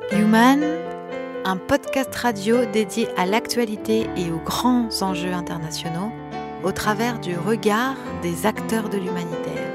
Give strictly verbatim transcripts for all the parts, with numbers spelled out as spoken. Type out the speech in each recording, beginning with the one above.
Human, un podcast radio dédié à l'actualité et aux grands enjeux internationaux au travers du regard des acteurs de l'humanitaire.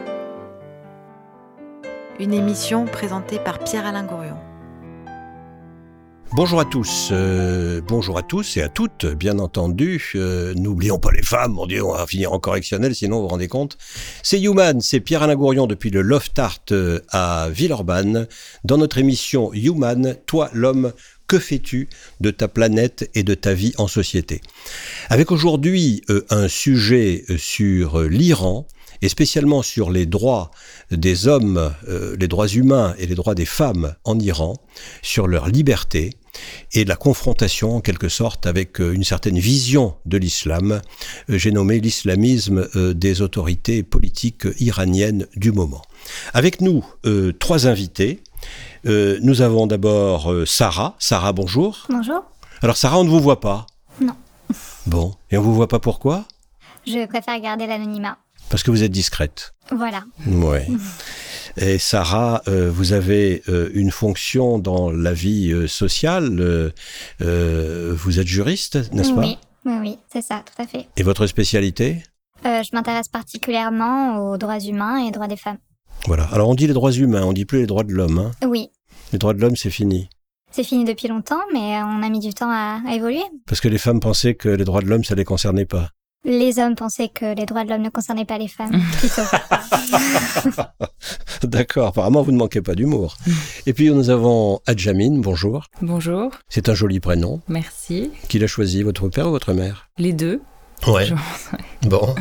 Une émission présentée par Pierre-Alain Gourion. Bonjour à tous, euh, bonjour à tous et à toutes, bien entendu. Euh, n'oublions pas les femmes, mon Dieu, on va finir en correctionnel, sinon vous vous rendez compte. C'est Human, c'est Pierre-Alain Gourion depuis le Loft Art à Villeurbanne. Dans notre émission Human, toi l'homme, que fais-tu de ta planète et de ta vie en société ? Avec aujourd'hui euh, un sujet sur l'Iran, et spécialement sur les droits des hommes, euh, les droits humains et les droits des femmes en Iran, sur leur liberté et la confrontation en quelque sorte avec euh, une certaine vision de l'islam. Euh, j'ai nommé l'islamisme euh, des autorités politiques iraniennes du moment. Avec nous, euh, trois invités. Euh, nous avons d'abord euh, Sarah. Sarah, bonjour. Bonjour. Alors Sarah, on ne vous voit pas ? Non. Bon, et on ne vous voit pas pourquoi ? Je préfère garder l'anonymat. Parce que vous êtes discrète. Voilà. Ouais. Et Sarah, euh, vous avez euh, une fonction dans la vie euh, sociale. Euh, euh, vous êtes juriste, n'est-ce pas ? Oui, oui, oui, c'est ça, tout à fait. Et votre spécialité ? euh, Je m'intéresse particulièrement aux droits humains et aux droits des femmes. Voilà. Alors on dit les droits humains, on dit plus les droits de l'homme. Hein. Oui. Les droits de l'homme, c'est fini. C'est fini depuis longtemps, mais on a mis du temps à, à évoluer. Parce que les femmes pensaient que les droits de l'homme, ça les concernait pas. Les hommes pensaient que les droits de l'homme ne concernaient pas les femmes, plutôt. D'accord, apparemment vous ne manquez pas d'humour. Et puis nous avons Adjamine, bonjour. Bonjour. C'est un joli prénom. Merci. Qui l'a choisi, votre père ou votre mère ? Les deux. Ouais. Je... Bon.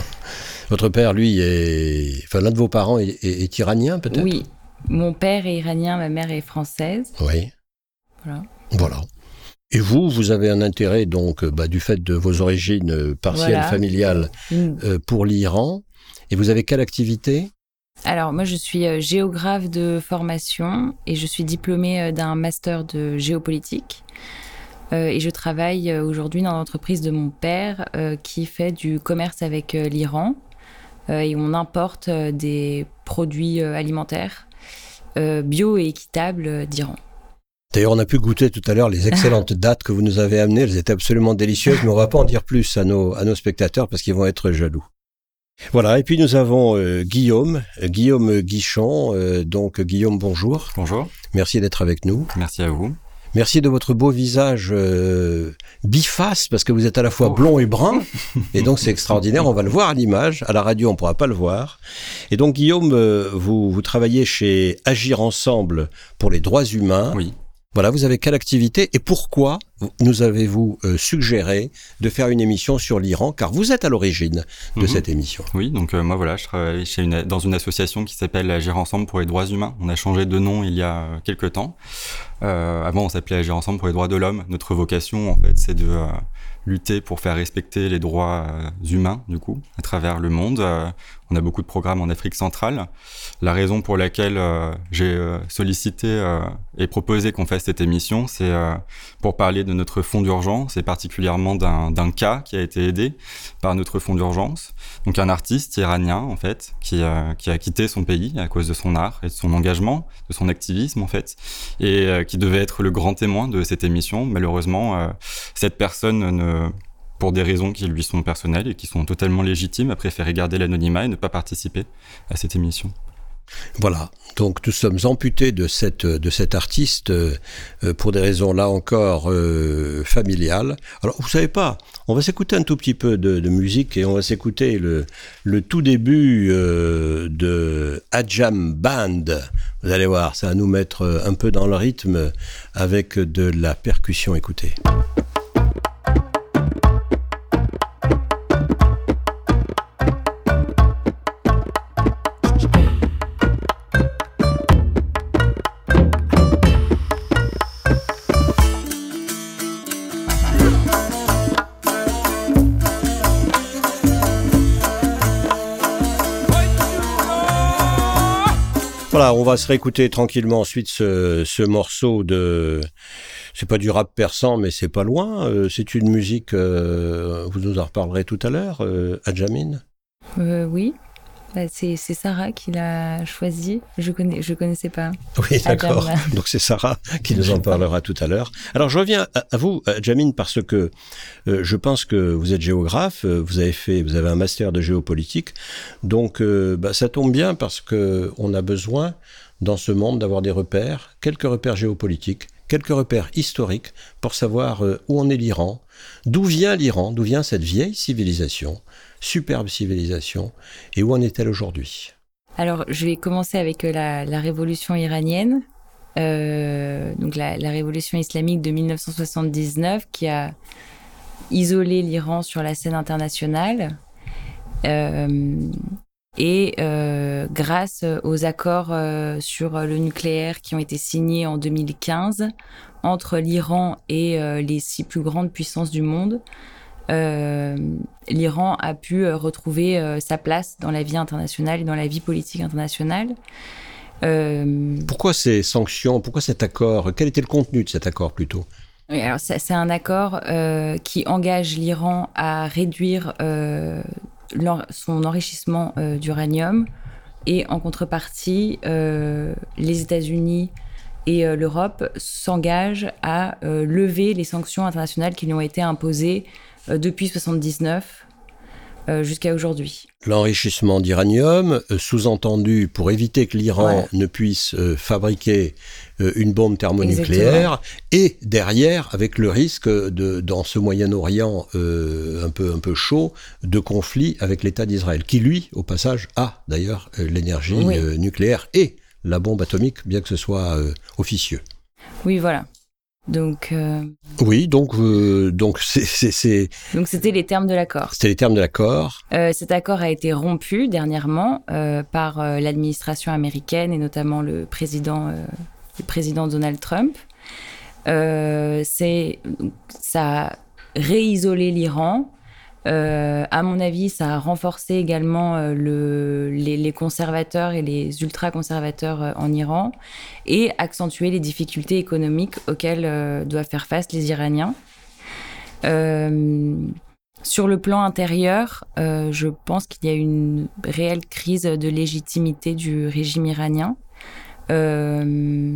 Votre père, lui, est... Enfin, l'un de vos parents est, est, est iranien, peut-être ? Oui. Mon père est iranien, ma mère est française. Oui. Voilà. Voilà. Et vous, vous avez un intérêt, donc, bah, du fait de vos origines partielles, voilà. familiales, mmh. euh, pour l'Iran. Et vous avez quelle activité ? Alors, moi, je suis euh, géographe de formation et je suis diplômée euh, d'un master de géopolitique. Euh, et je travaille euh, aujourd'hui dans l'entreprise de mon père euh, qui fait du commerce avec euh, l'Iran. Euh, et on importe euh, des produits euh, alimentaires euh, bio et équitables euh, d'Iran. D'ailleurs, on a pu goûter tout à l'heure les excellentes dattes que vous nous avez amenées. Elles étaient absolument délicieuses, mais on ne va pas en dire plus à nos, à nos spectateurs parce qu'ils vont être jaloux. Voilà, et puis nous avons euh, Guillaume, euh, Guillaume Guichon. Euh, donc, Guillaume, bonjour. Bonjour. Merci d'être avec nous. Merci à vous. Merci de votre beau visage euh, biface, parce que vous êtes à la fois oh. blond et brun, et donc c'est extraordinaire, on va le voir à l'image, à la radio on ne pourra pas le voir. Et donc Guillaume, euh, vous, vous travaillez chez Agir Ensemble pour les droits humains. Oui. Voilà, vous avez quelle activité et pourquoi nous avez-vous euh, suggéré de faire une émission sur l'Iran, car vous êtes à l'origine de mmh. cette émission. Oui, donc euh, moi voilà, je travaille chez une, dans une association qui s'appelle Agir Ensemble pour les droits humains. On a changé de nom il y a euh, quelques temps. Euh, avant, on s'appelait Agir Ensemble pour les droits de l'homme. Notre vocation, en fait, c'est de euh, lutter pour faire respecter les droits euh, humains, du coup, à travers le monde. Euh, on a beaucoup de programmes en Afrique centrale. La raison pour laquelle euh, j'ai euh, sollicité euh, et proposé qu'on fasse cette émission, c'est euh, pour parler de notre fonds d'urgence et particulièrement d'un, d'un cas qui a été aidé par notre fonds d'urgence. Donc un artiste iranien, en fait, qui, euh, qui a quitté son pays à cause de son art et de son engagement, de son activisme, en fait, et euh, qui devait être le grand témoin de cette émission. Malheureusement, euh, cette personne ne... pour des raisons qui lui sont personnelles et qui sont totalement légitimes, a préféré garder l'anonymat et ne pas participer à cette émission. Voilà, donc nous sommes amputés de, cette, de cet artiste euh, pour des raisons là encore euh, familiales. Alors vous savez pas, on va s'écouter un tout petit peu de, de musique et on va s'écouter le, le tout début euh, de Ajam Band. Vous allez voir, ça va nous mettre un peu dans le rythme avec de la percussion, écoutez. Voilà, on va se réécouter tranquillement ensuite ce, ce morceau de... C'est pas du rap persan, mais c'est pas loin. Euh, c'est une musique, euh, vous nous en reparlerez tout à l'heure, euh, Adjamine. euh, Oui. Bah, c'est, c'est Sarah qui l'a choisi. Je connais, je connaissais pas. Oui, d'accord. Adam. Donc c'est Sarah qui nous en parlera tout à l'heure. Alors je reviens à, à vous, Djamine, parce que euh, je pense que vous êtes géographe, euh, vous avez fait, vous avez un master de géopolitique, donc euh, bah, ça tombe bien parce que on a besoin dans ce monde d'avoir des repères, quelques repères géopolitiques, quelques repères historiques pour savoir euh, où en est l'Iran, d'où vient l'Iran, d'où vient cette vieille civilisation. Superbe civilisation. Et où en est-elle aujourd'hui ? Alors, je vais commencer avec la, la révolution iranienne, euh, donc la, la révolution islamique de dix-neuf cent soixante-dix-neuf, qui a isolé l'Iran sur la scène internationale. Euh, et euh, grâce aux accords euh, sur le nucléaire qui ont été signés en deux mille quinze entre l'Iran et euh, les six plus grandes puissances du monde, Euh, l'Iran a pu euh, retrouver euh, sa place dans la vie internationale et dans la vie politique internationale. Euh, pourquoi ces sanctions ? Pourquoi cet accord ? Quel était le contenu de cet accord plutôt ? Oui, alors ça, c'est un accord euh, qui engage l'Iran à réduire euh, son enrichissement euh, d'uranium et en contrepartie, euh, les États-Unis et euh, l'Europe s'engagent à euh, lever les sanctions internationales qui lui ont été imposées euh, depuis soixante-dix-neuf euh, jusqu'à aujourd'hui. L'enrichissement d'uranium, euh, sous-entendu pour éviter que l'Iran Ouais. ne puisse euh, fabriquer euh, une bombe thermonucléaire, et derrière, avec le risque de, dans ce Moyen-Orient euh, un peu un peu chaud, de conflit avec l'État d'Israël, qui lui, au passage, a d'ailleurs euh, l'énergie Oui. euh, nucléaire et la bombe atomique, bien que ce soit euh, officieux. Oui, voilà. Donc, euh, Oui, donc euh, donc c'est, c'est, c'est, donc c'était les termes de l'accord. c'était les termes de l'accord. Euh, cet accord a été rompu dernièrement euh, par euh, l'administration américaine et notamment le président, euh, le président Donald Trump. Euh, c'est, ça a réisolé l'Iran. Euh, à mon avis, ça a renforcé également euh, le, les, les conservateurs et les ultra-conservateurs euh, en Iran et accentué les difficultés économiques auxquelles euh, doivent faire face les Iraniens. Euh, sur le plan intérieur, euh, je pense qu'il y a une réelle crise de légitimité du régime iranien. Euh,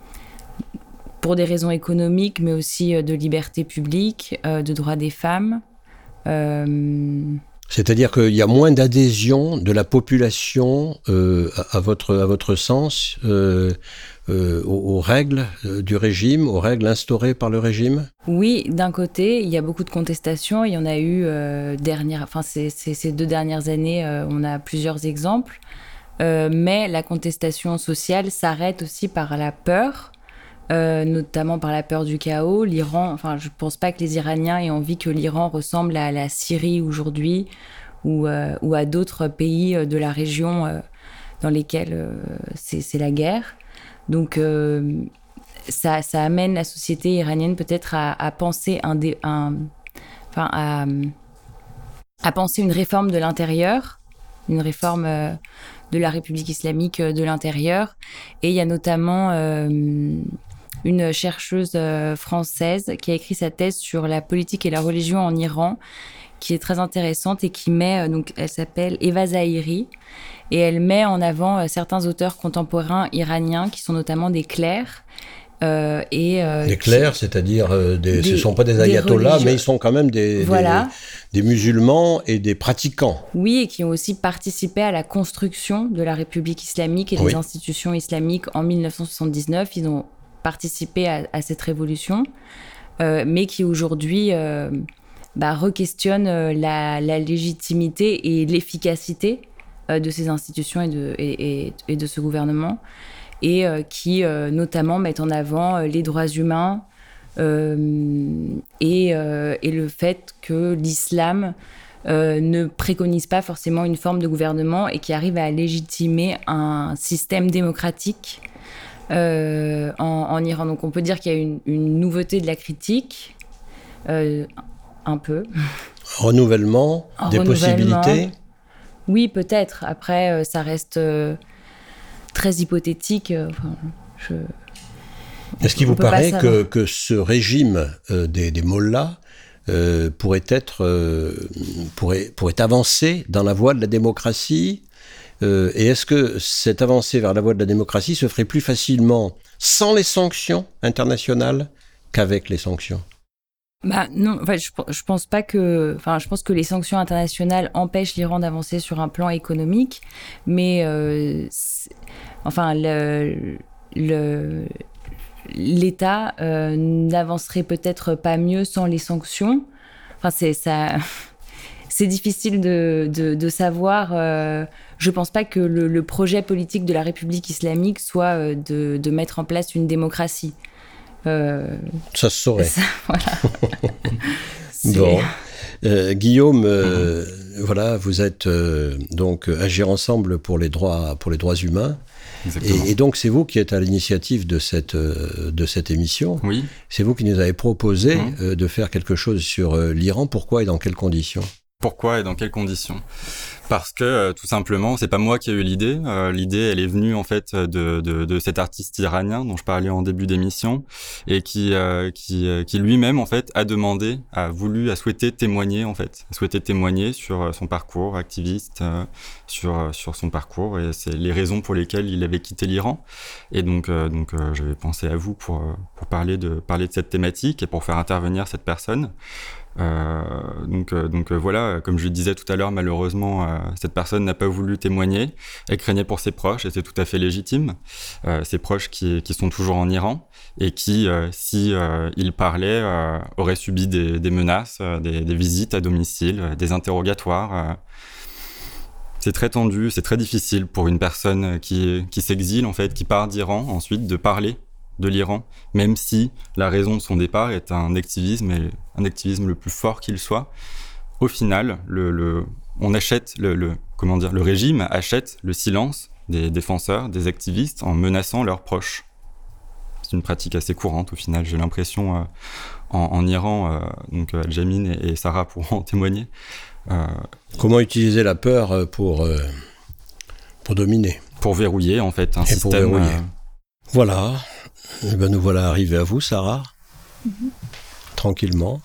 pour des raisons économiques, mais aussi de liberté publique, euh, de droits des femmes. Euh... C'est-à-dire qu'il y a moins d'adhésion de la population euh, à, à, votre, à votre sens euh, euh, aux, aux règles du régime, aux règles instaurées par le régime ? Oui, d'un côté, il y a beaucoup de contestations. Il y en a eu euh, dernière, enfin, ces, ces, ces deux dernières années, euh, on a plusieurs exemples. Euh, mais la contestation sociale s'arrête aussi par la peur. Euh, notamment par la peur du chaos. L'Iran, enfin, je ne pense pas que les Iraniens aient envie que l'Iran ressemble à la Syrie aujourd'hui ou, euh, ou à d'autres pays de la région euh, dans lesquels euh, c'est, c'est la guerre. Donc, euh, ça, ça amène la société iranienne peut-être à, à penser un, dé, un, enfin, à, à penser une réforme de l'intérieur, une réforme euh, de la République islamique de l'intérieur. Et il y a notamment euh, une chercheuse euh, française qui a écrit sa thèse sur la politique et la religion en Iran, qui est très intéressante et qui met, euh, donc elle s'appelle Eva Zahiri, et elle met en avant euh, certains auteurs contemporains iraniens qui sont notamment des clercs. Euh, et, euh, des clercs, qui, c'est-à-dire euh, des, des, ce ne sont pas des ayatollahs, des mais ils sont quand même des, voilà. des, des musulmans et des pratiquants. Oui, et qui ont aussi participé à la construction de la République islamique et des oui. institutions islamiques en dix-neuf cent soixante-dix-neuf. Ils ont participé à, à cette révolution, euh, mais qui aujourd'hui euh, bah, re-questionnent euh, la, la légitimité et l'efficacité euh, de ces institutions et de, et, et, et de ce gouvernement. Et euh, qui euh, notamment mettent en avant euh, les droits humains euh, et, euh, et le fait que l'islam euh, ne préconise pas forcément une forme de gouvernement et qui arrive à légitimer un système démocratique euh, en, en Iran. Donc on peut dire qu'il y a une, une nouveauté de la critique, euh, un peu. Renouvellement, un des renouvellement. possibilités. Oui, peut-être. Après, euh, ça reste... Euh, très hypothétique. Euh, enfin, je... Est-ce qu'il vous paraît que, que ce régime euh, des, des mollahs euh, pourrait être, euh, pourrait, pourrait avancer dans la voie de la démocratie Euh, et est-ce que cette avancée vers la voie de la démocratie se ferait plus facilement sans les sanctions internationales qu'avec les sanctions ? Bah non, enfin, je, je pense pas que, enfin, je pense que les sanctions internationales empêchent l'Iran d'avancer sur un plan économique, mais euh, enfin, le, le, l'État euh, n'avancerait peut-être pas mieux sans les sanctions. Enfin, c'est ça. C'est difficile de, de, de savoir. Euh, je ne pense pas que le, le projet politique de la République islamique soit euh, de, de mettre en place une démocratie. Euh, ça se saurait. Ça, voilà. Bon. Euh, Guillaume, euh, mmh. voilà, vous êtes euh, donc Agir ensemble pour les droits, pour les droits humains. Et, et donc, c'est vous qui êtes à l'initiative de cette, euh, de cette émission. Oui. C'est vous qui nous avez proposé mmh. euh, de faire quelque chose sur euh, l'Iran. Pourquoi et dans quelles conditions ? Pourquoi et dans quelles conditions ? Parce que euh, tout simplement, c'est pas moi qui ai eu l'idée. Euh, l'idée, elle est venue en fait de, de, de cet artiste iranien dont je parlais en début d'émission et qui, euh, qui, euh, qui lui-même en fait a demandé, a voulu, a souhaité témoigner en fait, a souhaité témoigner sur son parcours activiste, euh, sur sur son parcours et c'est les raisons pour lesquelles il avait quitté l'Iran. Et donc euh, donc euh, j'avais pensé à vous pour pour parler de parler de cette thématique et pour faire intervenir cette personne. Euh, donc, euh, donc euh, voilà, comme je le disais tout à l'heure, malheureusement, euh, cette personne n'a pas voulu témoigner. Elle craignait pour ses proches et c'est tout à fait légitime. Euh, ses proches qui, qui sont toujours en Iran et qui, euh, si euh, ils parlaient, euh, auraient subi des, des menaces, euh, des, des visites à domicile, euh, des interrogatoires. Euh. C'est très tendu, c'est très difficile pour une personne qui, qui s'exile en fait, qui part d'Iran, ensuite de parler de l'Iran, même si la raison de son départ est un activisme, et un activisme le plus fort qu'il soit. Au final, le, le, on achète le, le, comment dire, le régime achète le silence des défenseurs, des activistes, en menaçant leurs proches. C'est une pratique assez courante au final, j'ai l'impression, euh, en, en Iran, euh, donc Al-Jamin et, et Sarah pourront en témoigner. Euh, Comment utiliser la peur pour, euh, pour dominer ? Pour verrouiller en fait un et système. Pour verrouiller. Euh, voilà. Eh ben nous voilà arrivés à vous, Sarah. Mm-hmm. Tranquillement.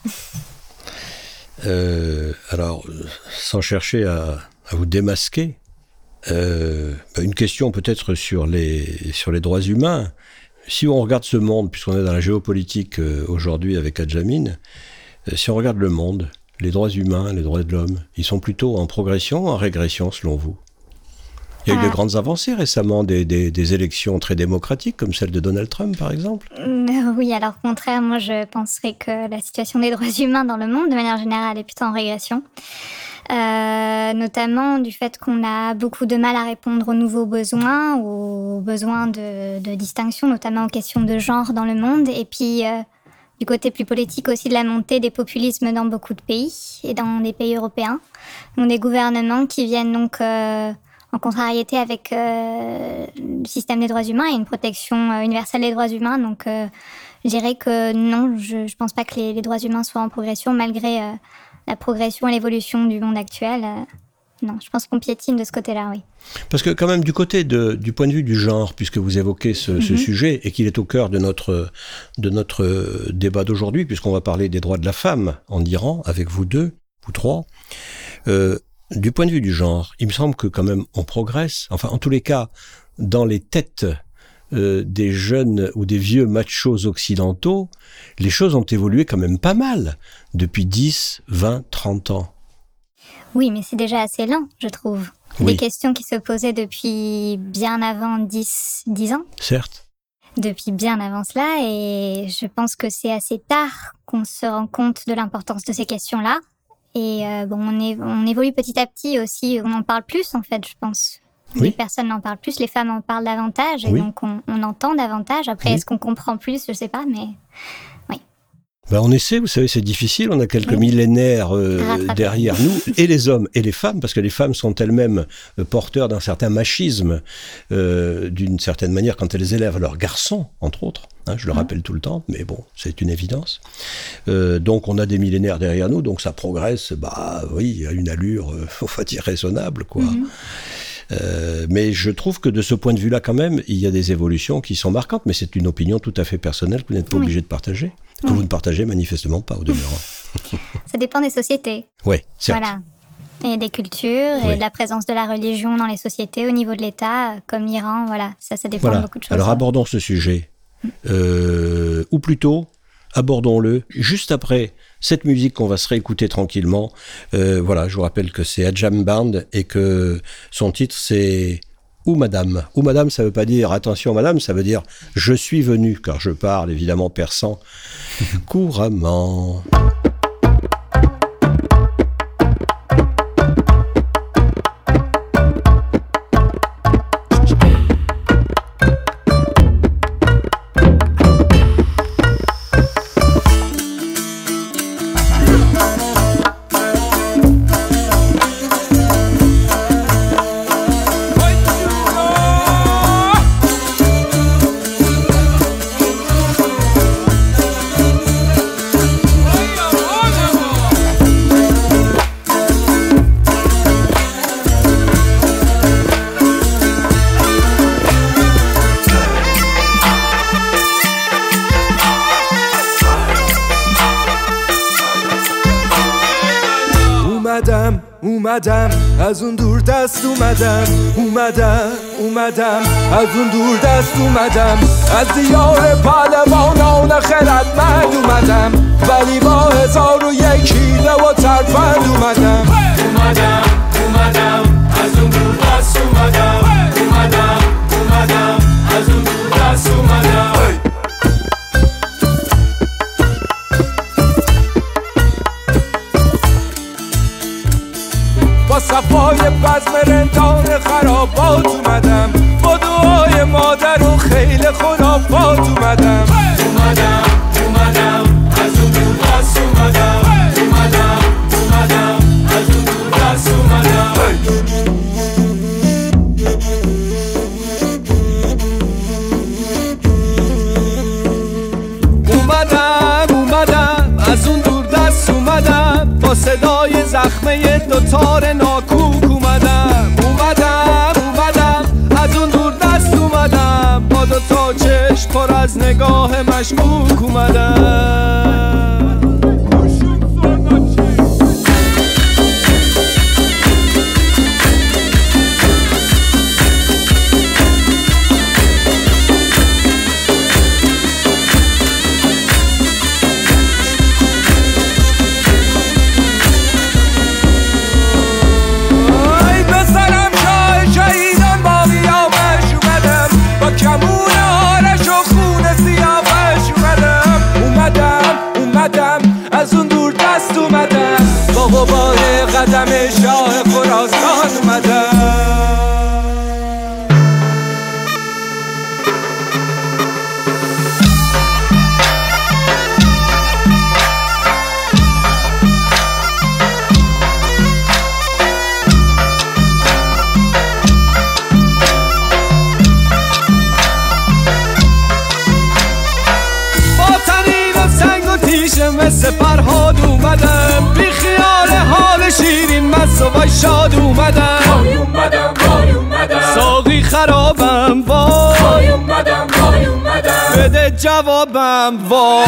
Euh, alors, sans chercher à, à vous démasquer, euh, ben une question peut-être sur les, sur les droits humains. Si on regarde ce monde, puisqu'on est dans la géopolitique euh, aujourd'hui avec Al-Jamin, euh, si on regarde le monde, les droits humains, les droits de l'homme, ils sont plutôt en progression ou en régression selon vous ? Il y a eu ah. de grandes avancées récemment, des, des, des élections très démocratiques, comme celle de Donald Trump, par exemple. Euh, oui, alors au contraire, moi je penserais que la situation des droits humains dans le monde, de manière générale, est plutôt en régression. Euh, notamment du fait qu'on a beaucoup de mal à répondre aux nouveaux besoins, aux besoins de, de distinction, notamment en question de genre dans le monde, et puis euh, du côté plus politique aussi de la montée des populismes dans beaucoup de pays, et dans des pays européens. Donc des gouvernements qui viennent donc... Euh, en contrariété avec euh, le système des droits humains et une protection euh, universelle des droits humains. Donc, euh, je dirais que non, je ne pense pas que les, les droits humains soient en progression, malgré euh, la progression et l'évolution du monde actuel. Euh, non, je pense qu'on piétine de ce côté-là, oui. Parce que quand même, du côté de, du point de vue du genre, puisque vous évoquez ce, mm-hmm. ce sujet, et qu'il est au cœur de notre, de notre débat d'aujourd'hui, puisqu'on va parler des droits de la femme en Iran, avec vous deux, vous trois, euh, du point de vue du genre, il me semble que quand même on progresse. Enfin, en tous les cas, dans les têtes euh, des jeunes ou des vieux machos occidentaux, les choses ont évolué quand même pas mal depuis dix, vingt, trente ans. Oui, mais c'est déjà assez lent, je trouve. Oui. Des questions qui se posaient depuis bien avant dix, dix ans. Certes. Depuis bien avant cela, et je pense que c'est assez tard qu'on se rend compte de l'importance de ces questions-là. Et euh, bon, on, est, on évolue petit à petit aussi, on en parle plus en fait, je pense. Oui. Les personnes en parlent plus, les femmes en parlent davantage, et oui. donc on, on entend davantage. Après, oui. est-ce qu'on comprend plus ? Je sais pas, mais oui. Ben on essaie, vous savez, c'est difficile, on a quelques oui. millénaires euh, derrière nous, et les hommes et les femmes, parce que les femmes sont elles-mêmes euh, porteurs d'un certain machisme, euh, d'une certaine manière, quand elles élèvent leurs garçons, entre autres. Hein, je le rappelle tout le temps, mais bon, c'est une évidence. Euh, donc, on a des millénaires derrière nous, donc ça progresse, bah oui, à une allure, euh, on va dire, raisonnable, quoi. Mm-hmm. Euh, mais je trouve que de ce point de vue-là, quand même, il y a des évolutions qui sont marquantes, mais c'est une opinion tout à fait personnelle que vous n'êtes pas oui. obligé de partager, que oui. vous ne partagez manifestement pas, au demeurant. Ça dépend des sociétés. Oui, certes. Voilà. et des cultures oui. et de la présence de la religion dans les sociétés au niveau de l'État, comme l'Iran. Voilà, ça, ça dépend voilà. de beaucoup de choses. Alors abordons ce sujet. Euh, ou plutôt, abordons-le juste après cette musique qu'on va se réécouter tranquillement. Euh, voilà, je vous rappelle que c'est Ajam Band et que son titre c'est Ou Madame. Ou Madame, ça veut pas dire attention Madame, ça veut dire je suis venu, car je parle évidemment persan couramment. اومدم از اون دور دست اومدم اومدم اومدم از اون دور دست اومدم از دیار پهلوانان خردمند اومدم ولی با هزار و یک حیله و ترفند اومدم اومدم اومدم از اون دور دست اومدم اومدم اومدم از اون دور دست اومدم با صفای بزم رندان خرابات اومدم با دعای مادر و خیل خرافات اومدم اومدم اومدم از اون دور دست اومدم اومدم اومدم از اون دور دست اومدم اومدم اومدم از اون دور دست اومدم با صدای زخمه دوتار ناکوک اومدم اومدم اومدم از اون دور دست اومدم با دوتا چشم پر از نگاه مشکوک اومدم از اون دور دست اومدم با غبار قدم شاه خراسان اومدم مثل فرهاد اومدم بی خیال حال شیرین مست و وای شاد اومدم وای اومدم وای اومدم ساقی خرابم وای وای اومدم وای اومدم بده جوابم وای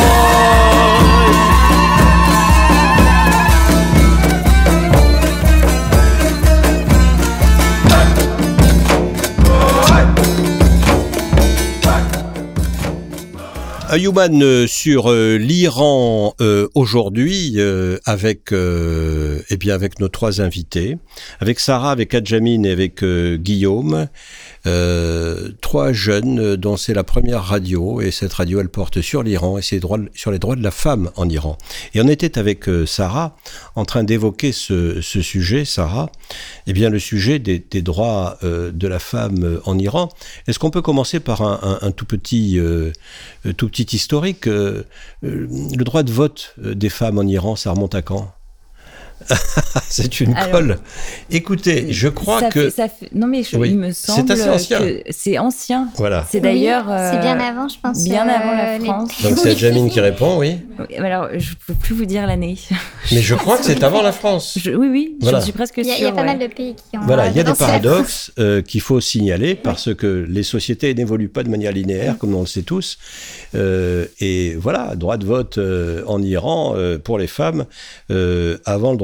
Ayouman euh, sur euh, l'Iran euh, aujourd'hui euh, avec euh, eh bien avec nos trois invités, avec Sarah, avec Adjamine et avec euh, Guillaume, euh, trois jeunes euh, dont c'est la première radio et cette radio elle porte sur l'Iran et ses droits, sur les droits de la femme en Iran. Et on était avec euh, Sarah en train d'évoquer ce, ce sujet, Sarah, eh bien le sujet des, des droits euh, de la femme en Iran. Est-ce qu'on peut commencer par un, un, un tout petit euh, tout petit historique, euh, euh, le droit de vote euh, des femmes en Iran, ça remonte à quand ? C'est une Alors, colle. Écoutez, je crois ça que... Fait, ça fait, non mais je, oui, il me semble c'est assez ancien. que c'est ancien. Voilà. C'est d'ailleurs... Oui, c'est bien avant, je pense. Bien euh, avant la les... France. Donc c'est Jamine qui répond, oui. Alors, je ne peux plus vous dire l'année. Mais je crois que c'est avant la France. Je, oui, oui, voilà. je suis presque sûre. Il y a, il y a pas ouais. mal de pays qui ont... Voilà, il y a des lancé paradoxes euh, qu'il faut signaler parce que les sociétés n'évoluent pas de manière linéaire, comme on le sait tous. Euh, et voilà, droit de vote euh, en Iran euh, pour les femmes euh, avant le droit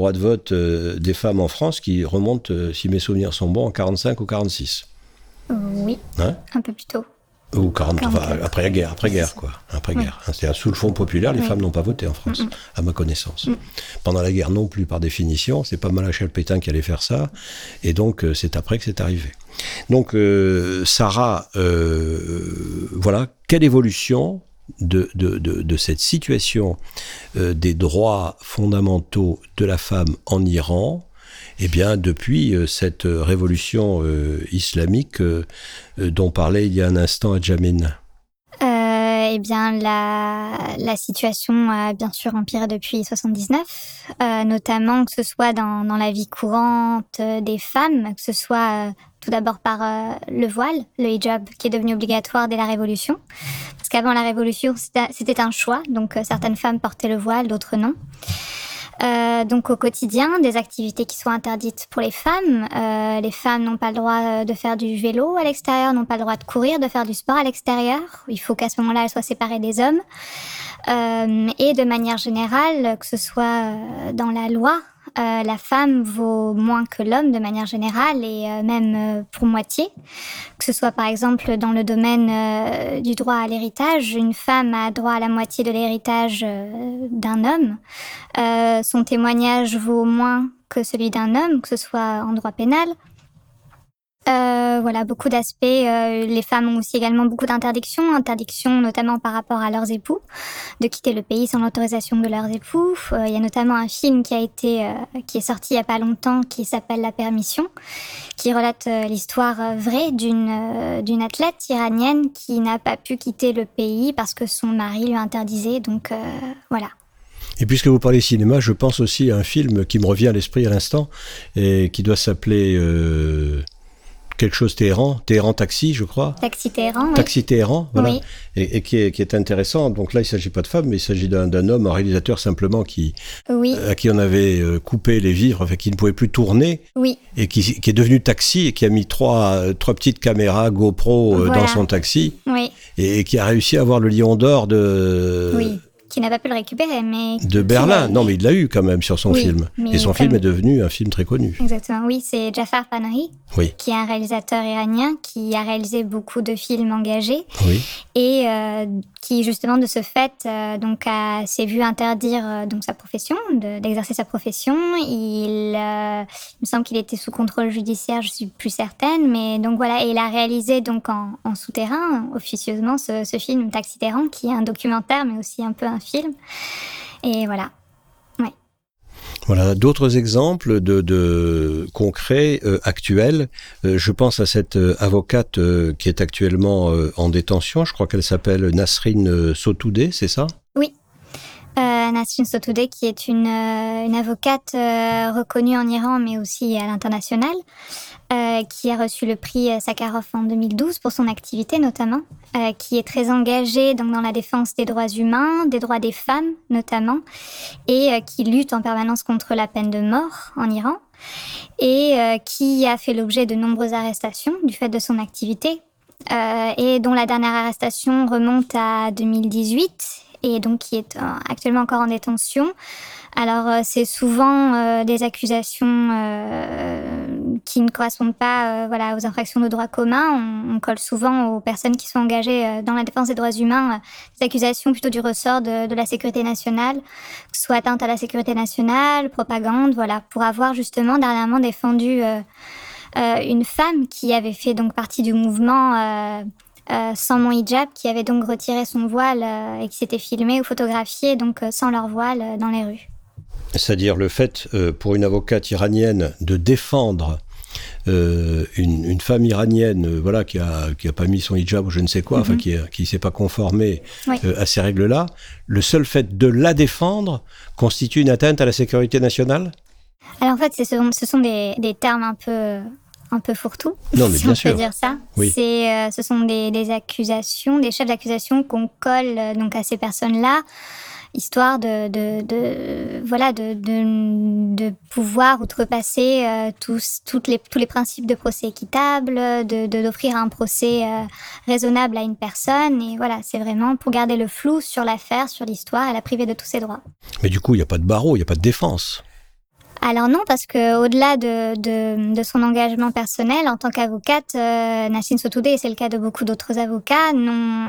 droit de vote euh, des femmes en France qui remonte, euh, si mes souvenirs sont bons, en quarante-cinq ou quarante-six. Oui, hein un peu plus tôt. Ou quarante, enfin, après la guerre, après guerre quoi, après oui. guerre. C'est sous le Front populaire, les oui. femmes n'ont pas voté en France, mm-hmm. à ma connaissance. Mm. Pendant la guerre non plus, par définition, c'est pas Malachel Pétain qui allait faire ça, et donc euh, c'est après que c'est arrivé. Donc euh, Sarah, euh, voilà, quelle évolution de, de, de, de cette situation euh, des droits fondamentaux de la femme en Iran. Eh bien, depuis euh, cette révolution euh, islamique euh, euh, dont parlait il y a un instant Adjamin. Euh, eh bien, la, la situation a bien sûr empiré depuis soixante-dix-neuf, euh, notamment que ce soit dans, dans la vie courante des femmes, que ce soit euh, tout d'abord par euh, le voile, le hijab, qui est devenu obligatoire dès la Révolution. Parce qu'avant la Révolution, c'était, c'était un choix, donc euh, certaines femmes portaient le voile, d'autres non. Euh, donc au quotidien, des activités qui sont interdites pour les femmes. Euh, les femmes n'ont pas le droit de faire du vélo à l'extérieur, n'ont pas le droit de courir, de faire du sport à l'extérieur. Il faut qu'à ce moment-là, elles soient séparées des hommes. Euh, et de manière générale, que ce soit dans la loi, euh, la femme vaut moins que l'homme de manière générale et euh, même euh, pour moitié. Que ce soit par exemple dans le domaine euh, du droit à l'héritage, une femme a droit à la moitié de l'héritage euh, d'un homme. Euh, son témoignage vaut moins que celui d'un homme, que ce soit en droit pénal. Euh, voilà, beaucoup d'aspects. Euh, les femmes ont aussi également beaucoup d'interdictions, interdictions notamment par rapport à leurs époux, de quitter le pays sans l'autorisation de leurs époux. Euh, il y a notamment un film qui a été, euh, qui est sorti il y a pas longtemps, qui s'appelle La Permission, qui relate euh, l'histoire euh, vraie d'une euh, d'une athlète iranienne qui n'a pas pu quitter le pays parce que son mari lui interdisait. Donc euh, voilà. Et puisque vous parlez cinéma, je pense aussi à un film qui me revient à l'esprit à l'instant et qui doit s'appeler euh, quelque chose Téhéran, Téhéran Taxi, je crois. Taxi Téhéran, Taxi oui. Téhéran, voilà. Oui. Et, et qui, est, qui est intéressant. Donc là, il ne s'agit pas de femme, mais il s'agit d'un, d'un homme, un réalisateur simplement qui, oui. à qui on avait coupé les vivres, enfin, qui ne pouvait plus tourner. Oui. Et qui, qui est devenu taxi et qui a mis trois, trois petites caméras GoPro voilà. dans son taxi. Oui. Et, et qui a réussi à avoir le lion d'or de... Oui. Qui n'a pas pu le récupérer, mais... De Berlin. Non, mais il l'a eu quand même sur son oui, film. Et son comme... film est devenu un film très connu. Exactement, oui. C'est Jafar Panahi, oui. qui est un réalisateur iranien qui a réalisé beaucoup de films engagés. Oui. Et euh, qui, justement, de ce fait, euh, donc, a, s'est vu interdire euh, donc, sa profession, de, d'exercer sa profession. Il, euh, il me semble qu'il était sous contrôle judiciaire, je ne suis plus certaine. Mais donc voilà, et il a réalisé donc, en, en souterrain, officieusement, ce, ce film Taxi Téhéran, qui est un documentaire, mais aussi un peu un film. Et voilà. Ouais. Voilà, d'autres exemples de, de concrets, euh, actuels. Euh, je pense à cette euh, avocate euh, qui est actuellement euh, en détention. Je crois qu'elle s'appelle Nasrin Sotoudeh, c'est ça ? Oui. Euh, Nasrin Sotoudeh, qui est une, euh, une avocate euh, reconnue en Iran, mais aussi à l'international, euh, qui a reçu le prix Sakharov en deux mille douze pour son activité notamment, euh, qui est très engagée donc, dans la défense des droits humains, des droits des femmes notamment, et euh, qui lutte en permanence contre la peine de mort en Iran, et euh, qui a fait l'objet de nombreuses arrestations du fait de son activité, euh, et dont la dernière arrestation remonte à deux mille dix-huit, et donc qui est euh, actuellement encore en détention. Alors, euh, c'est souvent euh, des accusations euh, qui ne correspondent pas euh, voilà, aux infractions de droit commun. On, on colle souvent aux personnes qui sont engagées euh, dans la défense des droits humains euh, des accusations plutôt du ressort de, de la sécurité nationale, que ce soit atteinte à la sécurité nationale, propagande, voilà, pour avoir justement dernièrement défendu euh, euh, une femme qui avait fait donc partie du mouvement euh, Euh, sans mon hijab, qui avait donc retiré son voile euh, et qui s'était filmé ou photographié donc euh, sans leur voile euh, dans les rues. C'est-à-dire le fait euh, pour une avocate iranienne de défendre euh, une, une femme iranienne euh, voilà, qui a, qui a pas mis son hijab ou je ne sais quoi, mm-hmm. enfin qui ne s'est pas conformée oui. euh, à ces règles-là, le seul fait de la défendre constitue une atteinte à la sécurité nationale ? Alors en fait, c'est ce, ce sont des, des termes un peu... un peu fourre-tout, non, mais si bien on sûr. peut dire ça. Oui. C'est, euh, ce sont des, des accusations, des chefs d'accusation qu'on colle euh, donc à ces personnes-là, histoire de, de, de voilà, de, de, de pouvoir outrepasser euh, tous, toutes les, tous les principes de procès équitable, de, de, d'offrir un procès euh, raisonnable à une personne. Et voilà, c'est vraiment pour garder le flou sur l'affaire, sur l'histoire et la priver de tous ses droits. Mais du coup, il n'y a pas de barreau, il n'y a pas de défense. Alors non, parce qu'au-delà de, de, de son engagement personnel, en tant qu'avocate, euh, Nasrin Sotoudeh, et c'est le cas de beaucoup d'autres avocats, ont,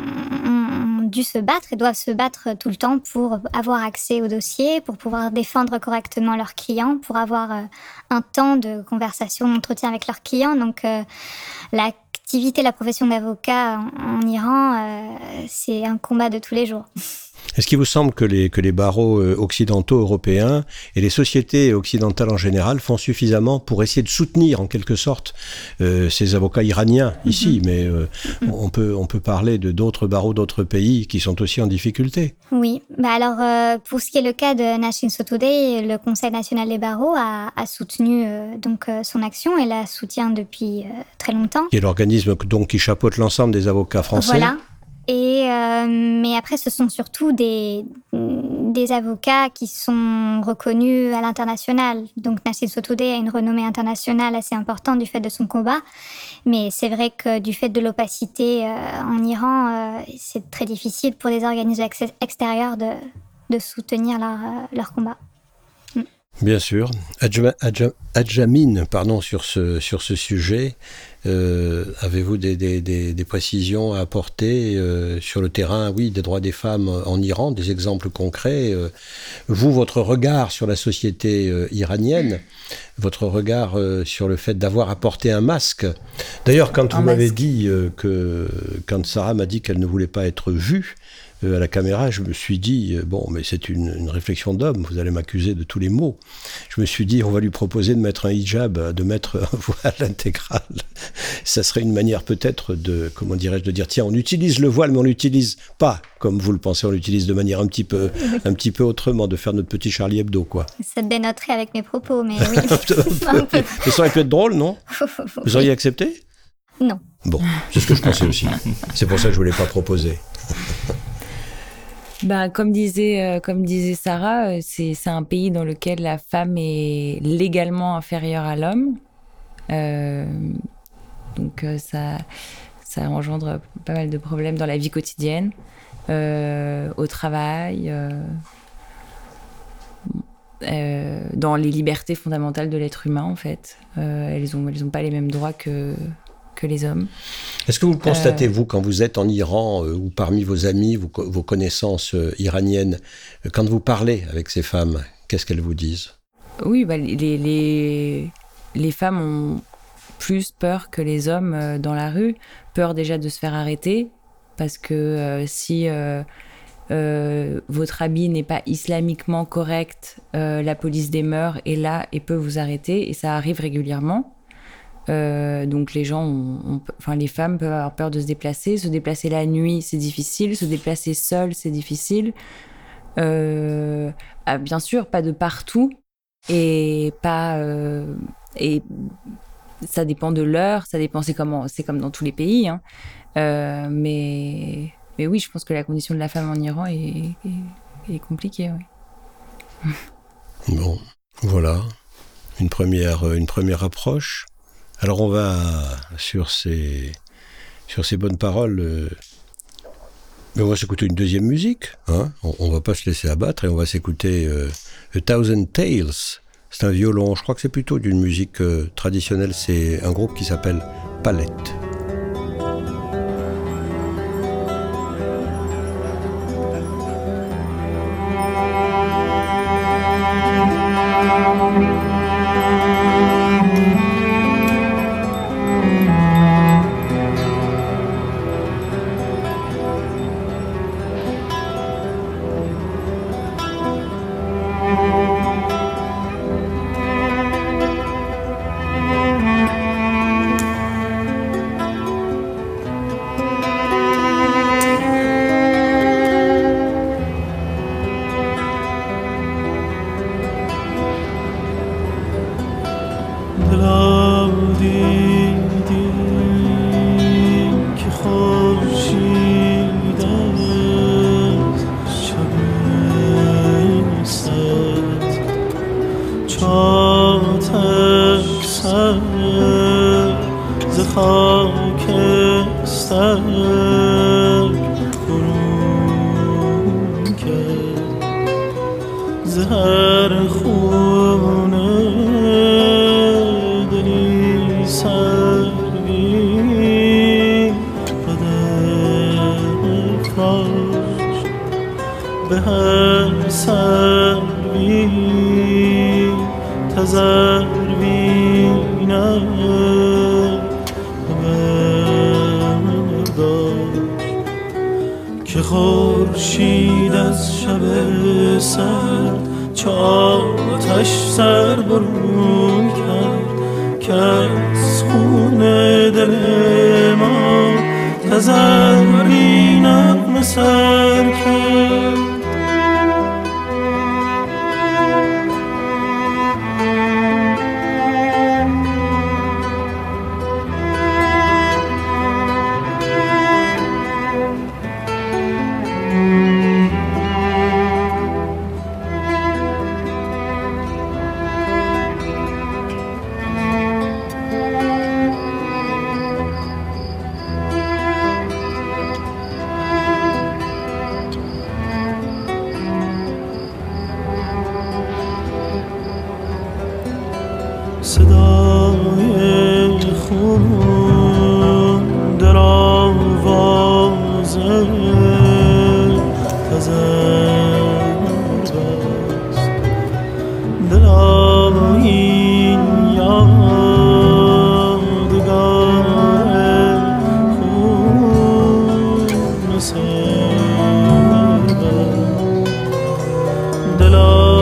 ont dû se battre et doivent se battre tout le temps pour avoir accès au dossier, pour pouvoir défendre correctement leurs clients, pour avoir euh, un temps de conversation, d'entretien avec leurs clients. Donc euh, l'activité, la profession d'avocat en, en Iran, euh, c'est un combat de tous les jours. Est-ce qu'il vous semble que les, que les barreaux occidentaux européens et les sociétés occidentales en général font suffisamment pour essayer de soutenir en quelque sorte euh, ces avocats iraniens ici, mm-hmm. mais euh, mm-hmm. on, peut, on peut parler de d'autres barreaux d'autres pays qui sont aussi en difficulté? Oui, bah alors euh, pour ce qui est le cas de Nasrin Sotoudeh, le Conseil national des barreaux a, a soutenu euh, donc, euh, son action et la soutient depuis euh, très longtemps. Qui est l'organisme donc, qui chapeaute l'ensemble des avocats français. Voilà. Et, euh, mais après, ce sont surtout des, des avocats qui sont reconnus à l'international. Donc Nasrin Sotoudeh a une renommée internationale assez importante du fait de son combat. Mais c'est vrai que du fait de l'opacité euh, en Iran, euh, c'est très difficile pour des organismes ex- extérieurs de, de soutenir leur, euh, leur combat. Mm. Bien sûr. Adja, Adja, Adjamine, pardon, sur ce, sur ce sujet, euh, avez-vous des, des, des, des précisions à apporter euh, sur le terrain, oui, des droits des femmes en Iran, des exemples concrets euh, vous, votre regard sur la société euh, iranienne, votre regard euh, sur le fait d'avoir apporté un masque. D'ailleurs, quand un vous masque. m'avez dit euh, que, quand Sarah m'a dit qu'elle ne voulait pas être vue, à la caméra, je me suis dit, bon, mais c'est une, une réflexion d'homme, vous allez m'accuser de tous les maux. Je me suis dit, on va lui proposer de mettre un hijab, de mettre un voile intégral. Ça serait une manière peut-être de, comment dirais-je, de dire, tiens, on utilise le voile, mais on l'utilise pas, comme vous le pensez, on l'utilise de manière un petit peu, un petit peu autrement, de faire notre petit Charlie Hebdo, quoi. Ça te dénoterait avec mes propos, mais oui. Mais ça aurait pu être drôle, non? Vous auriez accepté? Non. Bon, c'est ce que je pensais aussi. C'est pour ça que je ne voulais pas proposer. Ben, comme disait, euh, comme disait Sarah, euh, c'est, c'est un pays dans lequel la femme est légalement inférieure à l'homme. Euh, donc euh, ça, ça engendre pas mal de problèmes dans la vie quotidienne, euh, au travail, euh, euh, dans les libertés fondamentales de l'être humain, en fait. Euh, elles n'ont elles ont pas les mêmes droits que... que les hommes. Est-ce que vous le constatez, euh... vous, quand vous êtes en Iran euh, ou parmi vos amis, vos, vos connaissances euh, iraniennes, euh, quand vous parlez avec ces femmes, qu'est-ce qu'elles vous disent? Oui, bah, les, les, les femmes ont plus peur que les hommes euh, dans la rue. Peur déjà de se faire arrêter, parce que euh, si euh, euh, votre habit n'est pas islamiquement correct, euh, la police des mœurs est là et peut vous arrêter, et ça arrive régulièrement. Euh, donc les gens, ont, ont, enfin les femmes peuvent avoir peur de se déplacer. Se déplacer la nuit, c'est difficile. Se déplacer seule, c'est difficile. Euh, ah, bien sûr, pas de partout et pas euh, et ça dépend de l'heure. Ça dépend. C'est comme c'est comme dans tous les pays. Hein. Euh, mais mais oui, je pense que la condition de la femme en Iran est, est, est compliquée. Oui. Bon, voilà une première une première approche. Alors on va, sur ces, sur ces bonnes paroles, euh, on va s'écouter une deuxième musique. Hein, on ne va pas se laisser abattre et on va s'écouter euh, A Thousand Tales. C'est un violon, je crois que c'est plutôt d'une musique euh, traditionnelle. C'est un groupe qui s'appelle Palette. زهر خونه به هر سروی تزروینم که خورشید از شب سرد چه آتش سر برون کرد که از خون دل ما تزروی نغمه سر کرد. صدای خون در آواز تزربست دل آیین یادگار خون سربست دل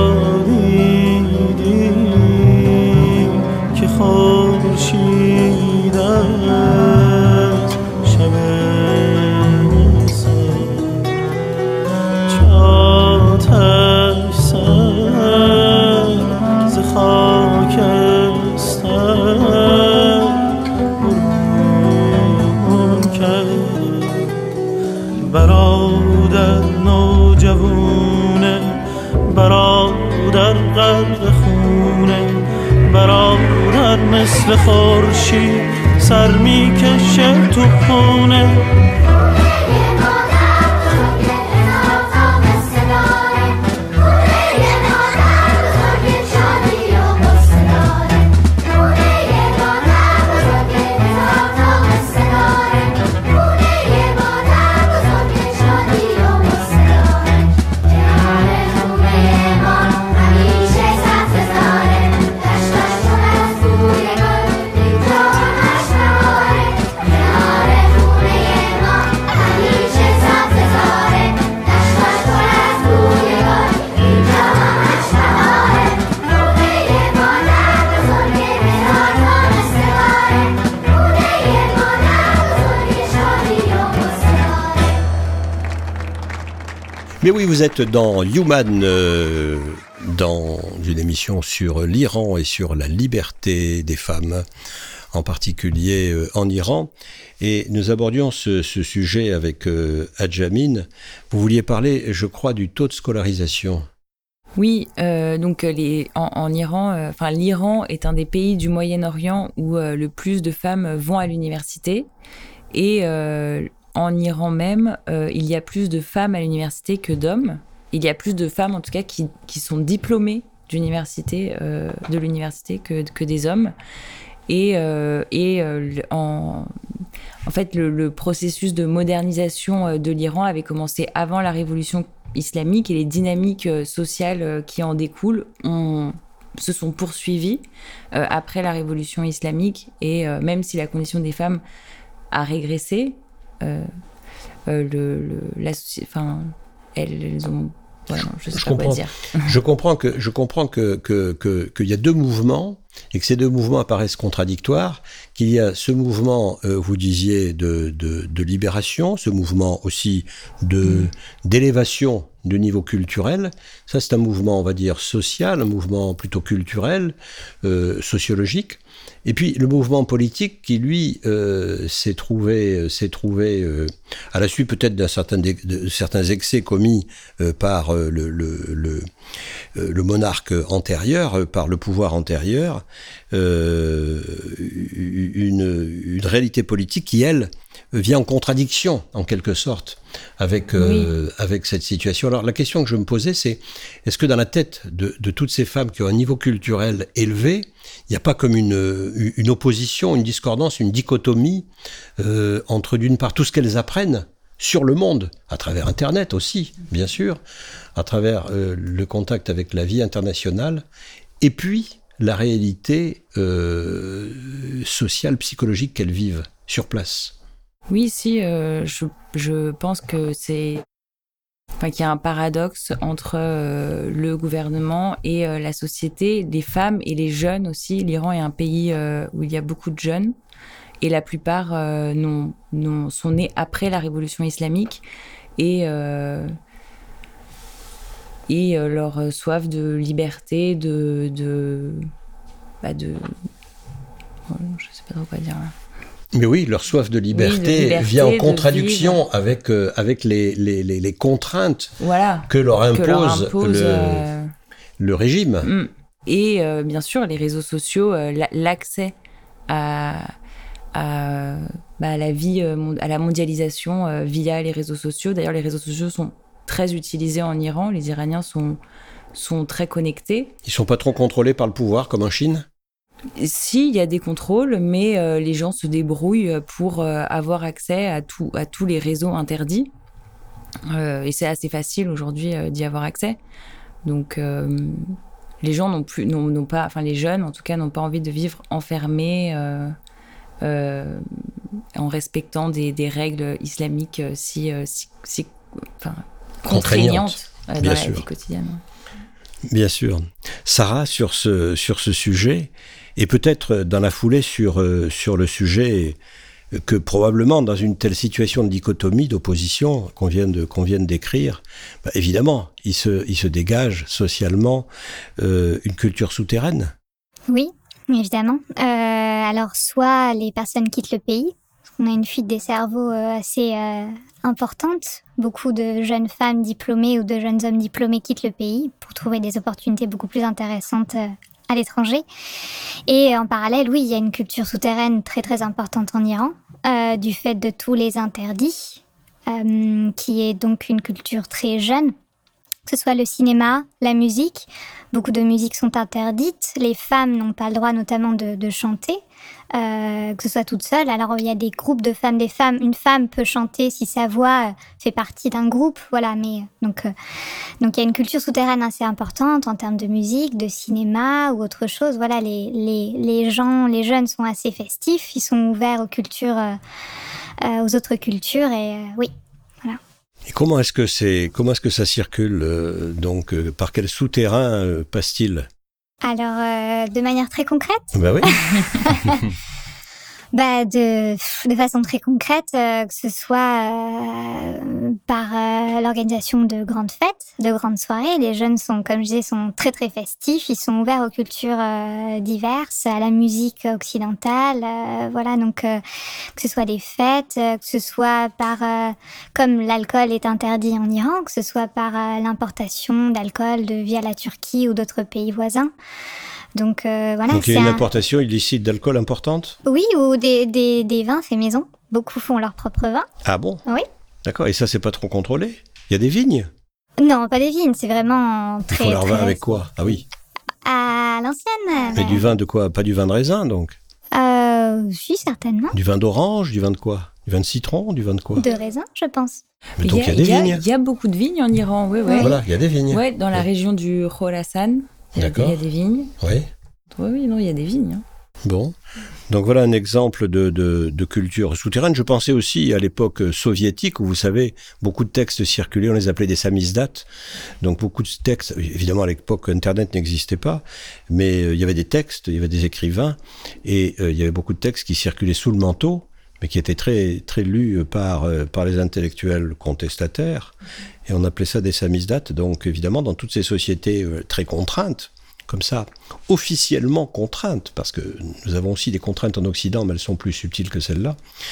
خورشید از شب سر چه آتش سر ز خاکستر برون کرد. برادر نوجوونه برادر غرق خونه برادر مثل خورشید سر میکشه تو خونه. Mais oui, vous êtes dans Human, euh, dans une émission sur l'Iran et sur la liberté des femmes, en particulier euh, en Iran. Et nous abordions ce, ce sujet avec euh, Hadj Amine. Vous vouliez parler, je crois, du taux de scolarisation. Oui, euh, donc les, en, en Iran, euh, enfin l'Iran est un des pays du Moyen-Orient où euh, le plus de femmes vont à l'université. Et euh, en Iran même, euh, il y a plus de femmes à l'université que d'hommes. Il y a plus de femmes, en tout cas, qui, qui sont diplômées d'université, euh, de l'université que, que des hommes. Et, euh, et euh, en, en fait, le, le processus de modernisation de l'Iran avait commencé avant la révolution islamique et les dynamiques sociales qui en découlent ont, se sont poursuivies euh, après la révolution islamique. Et euh, même si la condition des femmes a régressé, Euh, euh, le, le, la, enfin, elles, elles ont, voilà, je sais je pas comprends, quoi dire. Je comprends que je comprends que que que qu'il y a deux mouvements et que ces deux mouvements apparaissent contradictoires. Qu'il y a ce mouvement, euh, vous disiez, de, de de libération, ce mouvement aussi de mmh. d'élévation du niveau culturel. Ça, c'est un mouvement, on va dire, social, un mouvement plutôt culturel, euh, sociologique. Et puis le mouvement politique qui, lui, euh, s'est trouvé, s'est trouvé euh, à la suite peut-être d'un certain de, de certains excès commis euh, par euh, le, le, le, euh, le monarque antérieur, euh, par le pouvoir antérieur, euh, une, une réalité politique qui, elle, vient en contradiction, en quelque sorte, avec, euh, oui. avec cette situation. Alors la question que je me posais, c'est est-ce que dans la tête de, de toutes ces femmes qui ont un niveau culturel élevé, il n'y a pas comme une, une opposition, une discordance, une dichotomie euh, entre d'une part tout ce qu'elles apprennent sur le monde, à travers Internet aussi, bien sûr, à travers euh, le contact avec la vie internationale, et puis la réalité euh, sociale, psychologique qu'elles vivent sur place. Oui, si, euh, je, je pense que c'est... Enfin, qu'il y a un paradoxe entre euh, le gouvernement et euh, la société, les femmes et les jeunes aussi. L'Iran est un pays euh, où il y a beaucoup de jeunes et la plupart euh, non, non, sont nés après la révolution islamique et, euh, et euh, leur soif de liberté, de... de, bah de ouais, je sais pas trop quoi dire là. Mais oui, leur soif de liberté, oui, de liberté vient en contradiction avec, euh, avec les, les, les, les contraintes voilà, que leur impose, que leur impose le, euh... le régime. Et euh, bien sûr, les réseaux sociaux, euh, l'accès à, à, bah, à la vie, euh, à la mondialisation euh, via les réseaux sociaux. D'ailleurs, les réseaux sociaux sont très utilisés en Iran. Les Iraniens sont, sont très connectés. Ils ne sont pas trop contrôlés par le pouvoir, comme en Chine ? Si, il y a des contrôles, mais euh, les gens se débrouillent pour euh, avoir accès à, tout, à tous les réseaux interdits. Euh, et c'est assez facile aujourd'hui euh, d'y avoir accès. Donc, euh, les gens n'ont plus, n'ont, n'ont pas, enfin les jeunes en tout cas, n'ont pas envie de vivre enfermés euh, euh, en respectant des, des règles islamiques si, si, si enfin, contraignantes euh, dans Bien la sûr. vie quotidienne. Bien sûr. Sarah, sur ce, sur ce sujet, et peut-être dans la foulée sur, euh, sur le sujet que probablement dans une telle situation de dichotomie, d'opposition qu'on vient de, qu'on vient de décrire, bah évidemment, il se, il se dégage socialement euh, une culture souterraine. Oui, évidemment. Euh, alors, soit les personnes quittent le pays, parce qu'on a une fuite des cerveaux euh, assez euh, importante. Beaucoup de jeunes femmes diplômées ou de jeunes hommes diplômés quittent le pays pour trouver des opportunités beaucoup plus intéressantes euh, à l'étranger. Et en parallèle, oui, il y a une culture souterraine très très importante en Iran, euh, du fait de tous les interdits, euh, qui est donc une culture très jeune, que ce soit le cinéma, la musique. Beaucoup de musiques sont interdites. Les femmes n'ont pas le droit notamment de, de chanter, euh, que ce soit toute seule. Alors il y a des groupes de femmes, des femmes. Une femme peut chanter si sa voix fait partie d'un groupe, voilà. Mais donc euh, donc il y a une culture souterraine assez importante en termes de musique, de cinéma ou autre chose. Voilà, les les les gens, les jeunes sont assez festifs. Ils sont ouverts aux cultures, euh, euh, aux autres cultures et euh, oui, voilà. Et comment est-ce que c'est, comment est-ce que ça circule euh, donc euh, par quel souterrain euh, passe-t-il ? Alors, euh, de manière très concrète ? Bah oui. Bah de, de façon très concrète, euh, que ce soit euh, par euh, l'organisation de grandes fêtes, de grandes soirées. Les jeunes sont, comme je disais, sont très très festifs. Ils sont ouverts aux cultures euh, diverses, à la musique occidentale. Euh, voilà, donc euh, que ce soit des fêtes, euh, que ce soit par, euh, comme l'alcool est interdit en Iran, que ce soit par euh, l'importation d'alcool de via la Turquie ou d'autres pays voisins. Donc, euh, voilà, Donc il y a une un... importation illicite d'alcool importante ? Oui, ou des, des, des vins faits maison. Beaucoup font leur propre vin. Ah bon ? Oui. D'accord, et ça c'est pas trop contrôlé ? Il y a des vignes ? Non, pas des vignes, c'est vraiment très... Ils font leur très... vin avec quoi ? Ah oui. À l'ancienne. Mais ouais. du vin de quoi ? Pas du vin de raisin donc ? Euh, si, certainement. Du vin d'orange, du vin de quoi ? Du vin de citron, du vin de quoi ? De raisin, je pense. Mais donc il y a des y a, vignes. Il y a beaucoup de vignes en Iran, oui, oui. Voilà, il y a des vignes. Ouais, dans la ouais. région du Khorasan, il y a, il y a des vignes. Oui. Oui, oui, non, il y a des vignes. Hein. Bon, donc voilà un exemple de, de, de culture souterraine. Je pensais aussi à l'époque soviétique où, vous savez, beaucoup de textes circulaient, on les appelait des samizdat. Donc beaucoup de textes, évidemment à l'époque Internet n'existait pas, mais euh, il y avait des textes, il y avait des écrivains, et euh, il y avait beaucoup de textes qui circulaient sous le manteau, mais qui étaient très, très lus par, euh, par les intellectuels contestataires, et on appelait ça des samizdat. Donc évidemment, dans toutes ces sociétés euh, très contraintes, comme ça, officiellement contraintes, parce que nous avons aussi des contraintes en Occident, mais elles sont plus subtiles que celles-là,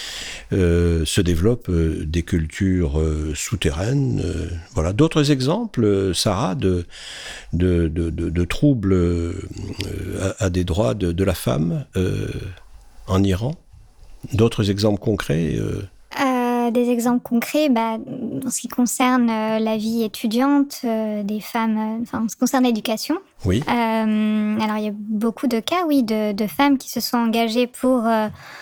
euh, se développent euh, des cultures euh, souterraines. Euh, voilà. D'autres exemples, euh, Sarah, de, de, de, de, de troubles euh, à, à des droits de, de la femme euh, en Iran ? D'autres exemples concrets euh... Euh, des exemples concrets, bah, en ce qui concerne euh, la vie étudiante euh, des femmes, euh, enfin, en ce qui concerne l'éducation. Oui. Euh, alors, il y a beaucoup de cas, oui, de, de femmes qui se sont engagées pour euh,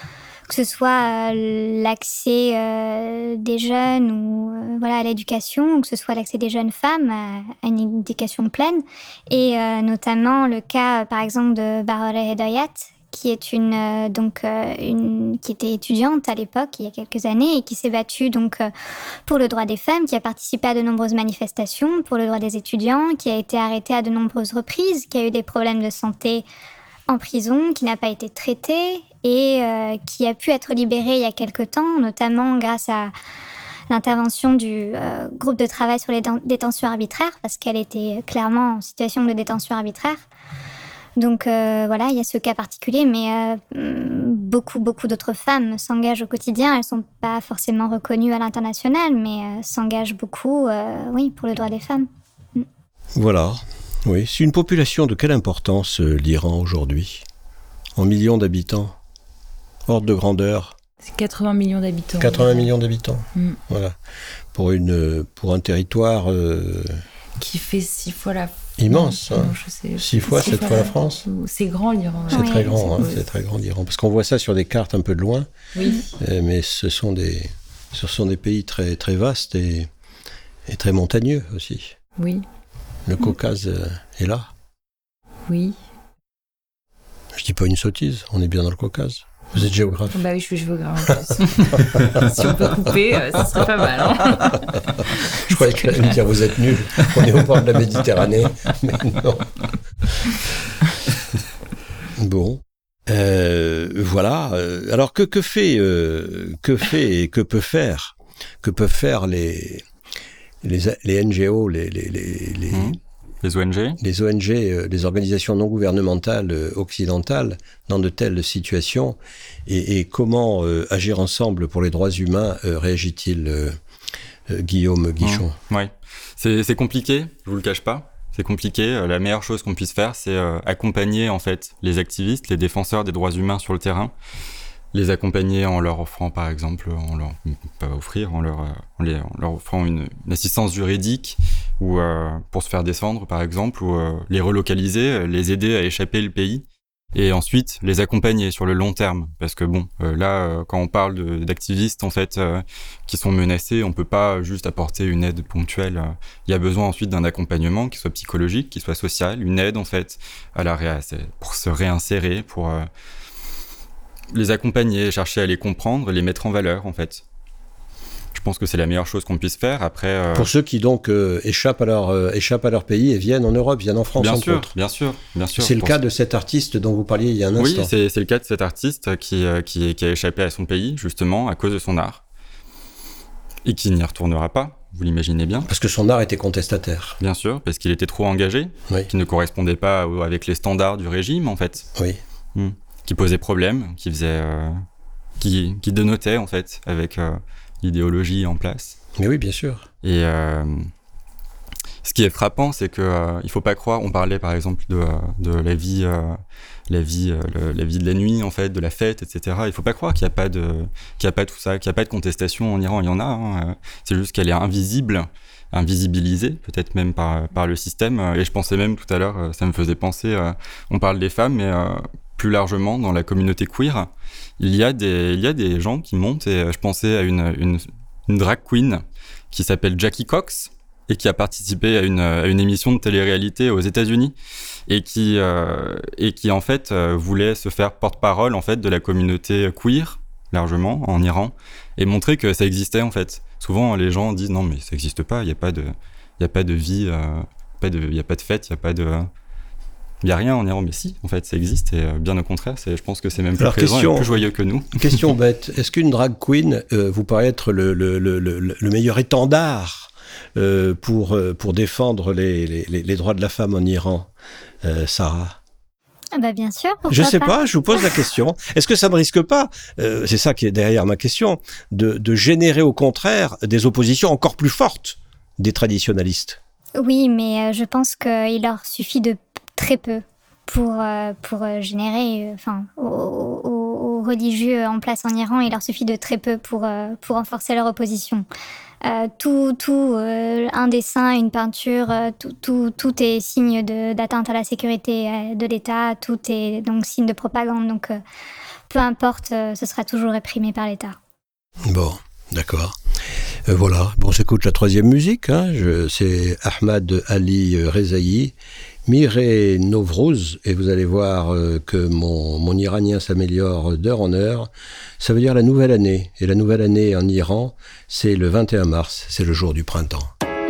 que ce soit euh, l'accès euh, des jeunes ou euh, voilà, à l'éducation, ou que ce soit l'accès des jeunes femmes à, à une éducation pleine. Et euh, notamment le cas, euh, par exemple, de Bahare Hedayat, qui est une euh, donc euh, une qui était étudiante à l'époque il y a quelques années et qui s'est battue donc euh, pour le droit des femmes, qui a participé à de nombreuses manifestations pour le droit des étudiants, qui a été arrêtée à de nombreuses reprises, qui a eu des problèmes de santé en prison, qui n'a pas été traitée et euh, qui a pu être libérée il y a quelque temps, notamment grâce à l'intervention du euh, groupe de travail sur les détentions arbitraires, parce qu'elle était clairement en situation de détention arbitraire. Donc euh, voilà, il y a ce cas particulier, mais euh, beaucoup, beaucoup d'autres femmes s'engagent au quotidien. Elles ne sont pas forcément reconnues à l'international, mais euh, s'engagent beaucoup, euh, oui, pour le droit des femmes. Mm. Voilà, oui. C'est une population de quelle importance euh, l'Iran aujourd'hui ? En millions d'habitants ? Ordre de grandeur ? C'est quatre-vingts millions d'habitants. quatre-vingts millions d'habitants, mm. Voilà. Pour, une, pour un territoire... Euh... Qui fait six fois la... Immense, non, hein. non, je sais, six fois, six sept fois fois la... la France. C'est grand l'Iran. C'est oui, très grand, c'est, hein, c'est très grand l'Iran. Parce qu'on voit ça sur des cartes un peu de loin, oui. euh, mais ce sont des, ce sont des pays très, très vastes et, et très montagneux aussi. Oui. Le Caucase euh, est là. Oui. Je dis pas une sottise, on est bien dans le Caucase. Vous êtes géographe. Bah oui, je suis géographe en plus. Si on peut couper, euh, ça serait pas mal. Hein. Je croyais qu'elle allait me dire vous êtes nuls, on est au bord de la Méditerranée, mais non. Bon, euh, voilà. Alors que que fait euh, que fait et que peut faire que peuvent faire les les les N G O, les les les, les mmh. Les O N G Les O N G, les organisations non gouvernementales occidentales, dans de telles situations, et, et comment euh, agir ensemble pour les droits humains euh, réagit-il, euh, euh, Guillaume Guichon ? mmh. Oui, c'est, c'est compliqué, je vous le cache pas. C'est compliqué. La meilleure chose qu'on puisse faire, c'est euh, accompagner en fait les activistes, les défenseurs des droits humains sur le terrain. Les accompagner en leur offrant, par exemple, en leur, pas offrir, en leur, en les, en leur offrant une, une assistance juridique ou euh, pour se faire descendre, par exemple, ou euh, les relocaliser, les aider à échapper le pays, et ensuite les accompagner sur le long terme. Parce que bon, euh, là, euh, quand on parle de, d'activistes en fait euh, qui sont menacés, on peut pas juste apporter une aide ponctuelle. Il y a besoin ensuite d'un accompagnement qui soit psychologique, qui soit social, une aide en fait à la réa- pour se réinsérer, pour euh, les accompagner, chercher à les comprendre, les mettre en valeur, en fait. Je pense que c'est la meilleure chose qu'on puisse faire. Après, euh... pour ceux qui donc euh, échappent à leur euh, échappent à leur pays et viennent en Europe, viennent en France, bien entre sûr, autres. Bien sûr, bien sûr. C'est le pour cas ça. de cet artiste dont vous parliez il y a un instant. Oui, c'est, c'est le cas de cet artiste qui, euh, qui, qui a échappé à son pays, justement, à cause de son art. Et qui n'y retournera pas, vous l'imaginez bien. Parce que son art était contestataire. Bien sûr, parce qu'il était trop engagé, oui. Qui ne correspondait pas au, avec les standards du régime, en fait. Oui. Mmh. Qui posait problème, qui faisait... Euh, qui, qui dénotait, en fait, avec euh, l'idéologie en place. Mais oui, bien sûr. Et euh, ce qui est frappant, c'est que euh, il faut pas croire. On parlait par exemple de, de la vie, euh, la vie, euh, le, la vie de la nuit en fait, de la fête, et cetera. Il faut pas croire qu'il y a pas de, qu'il y a pas tout ça, qu'il y a pas de contestation en Iran. Il y en a. Hein. C'est juste qu'elle est invisible, invisibilisée, peut-être même par par le système. Et je pensais même tout à l'heure, ça me faisait penser. Euh, on parle des femmes, mais euh, plus largement dans la communauté queer, il y a des, il y a des gens qui montent. Et je pensais à une, une une drag queen qui s'appelle Jackie Cox et qui a participé à une, à une émission de télé-réalité aux États-Unis et qui, euh, et qui en fait euh, voulait se faire porte-parole en fait de la communauté queer largement en Iran et montrer que ça existait en fait. Souvent les gens disent non mais ça n'existe pas, il y a pas de, il y a pas de vie, euh, pas de, il y a pas de fête, il y a pas de Il n'y a rien en Iran, mais si, en fait, ça existe, et bien au contraire, c'est, je pense que c'est même plus Alors, présent question, et plus joyeux que nous. Question bête, est-ce qu'une drag queen euh, vous paraît être le, le, le, le, le meilleur étendard euh, pour, pour défendre les, les, les droits de la femme en Iran, euh, Sarah ? Ah bah bien sûr. Je sais pas, pas, je vous pose la question. Est-ce que ça ne risque pas, euh, c'est ça qui est derrière ma question, de, de générer au contraire des oppositions encore plus fortes des traditionalistes ? Oui, mais euh, je pense qu'il leur suffit de très peu pour, euh, pour euh, générer, enfin, euh, aux, aux, aux religieux en place en Iran, il leur suffit de très peu pour, euh, pour renforcer leur opposition. Euh, tout, tout euh, un dessin, une peinture, euh, tout, tout, tout est signe de, d'atteinte à la sécurité euh, de l'État, tout est donc signe de propagande. Donc, euh, peu importe, euh, ce sera toujours réprimé par l'État. Bon, d'accord. Euh, voilà, bon, on s'écoute la troisième musique. Hein. Je, c'est Ahmad Ali Rezaï, Miré Novrouz, et vous allez voir euh, que mon, mon iranien s'améliore d'heure en heure. Ça veut dire la nouvelle année. Et la nouvelle année en Iran, c'est le vingt et un mars, c'est le jour du printemps.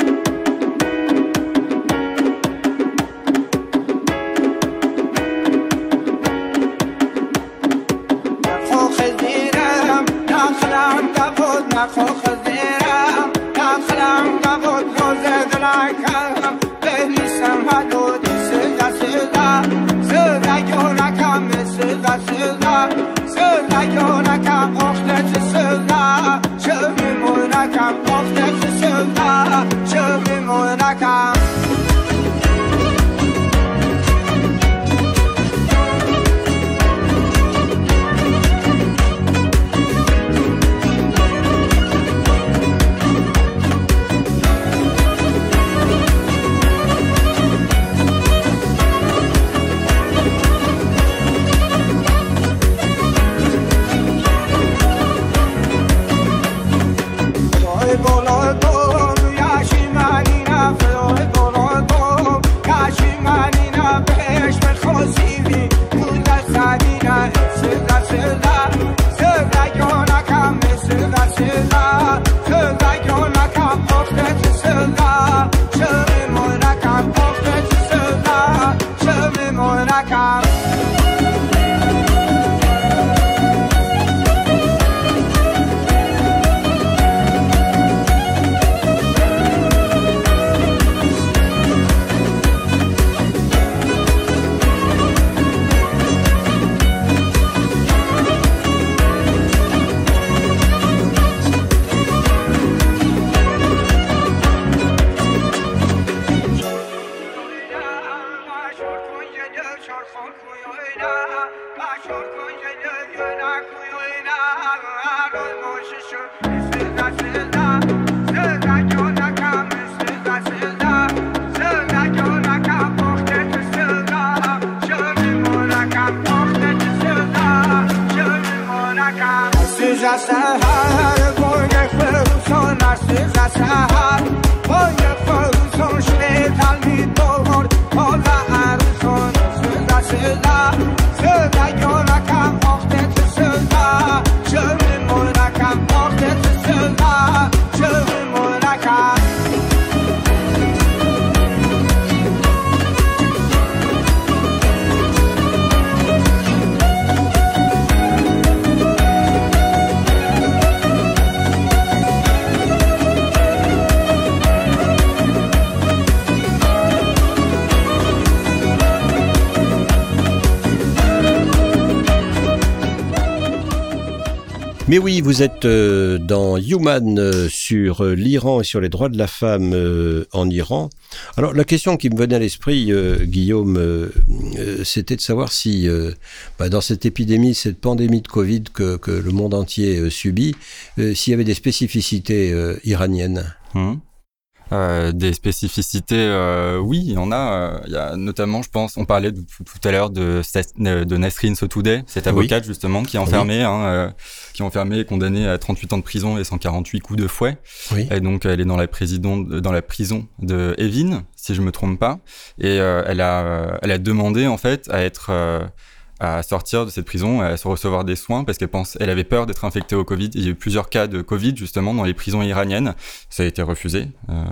Mais oui, vous êtes euh, dans Human euh, sur euh, l'Iran et sur les droits de la femme euh, en Iran. Alors la question qui me venait à l'esprit, euh, Guillaume, euh, euh, c'était de savoir si euh, bah, dans cette épidémie, cette pandémie de Covid que, que le monde entier euh, subit, euh, s'il y avait des spécificités euh, iraniennes. Mmh. Euh, des spécificités, euh, oui, il y en a. Il euh, y a notamment, je pense, on parlait de, tout à l'heure de, de Nesrin Sotoudeh, cette avocate oui. justement qui est enfermée, oui. hein, euh, qui est enfermée et condamnée à trente-huit ans de prison et cent quarante-huit coups de fouet. Oui. Et donc, elle est dans la, dans la prison de Evin, si je me trompe pas. Et euh, elle a, elle a demandé en fait à être euh, à sortir de cette prison, à se recevoir des soins parce qu'elle pense, elle avait peur d'être infectée au Covid. Il y a eu plusieurs cas de Covid justement dans les prisons iraniennes. Ça a été refusé, euh,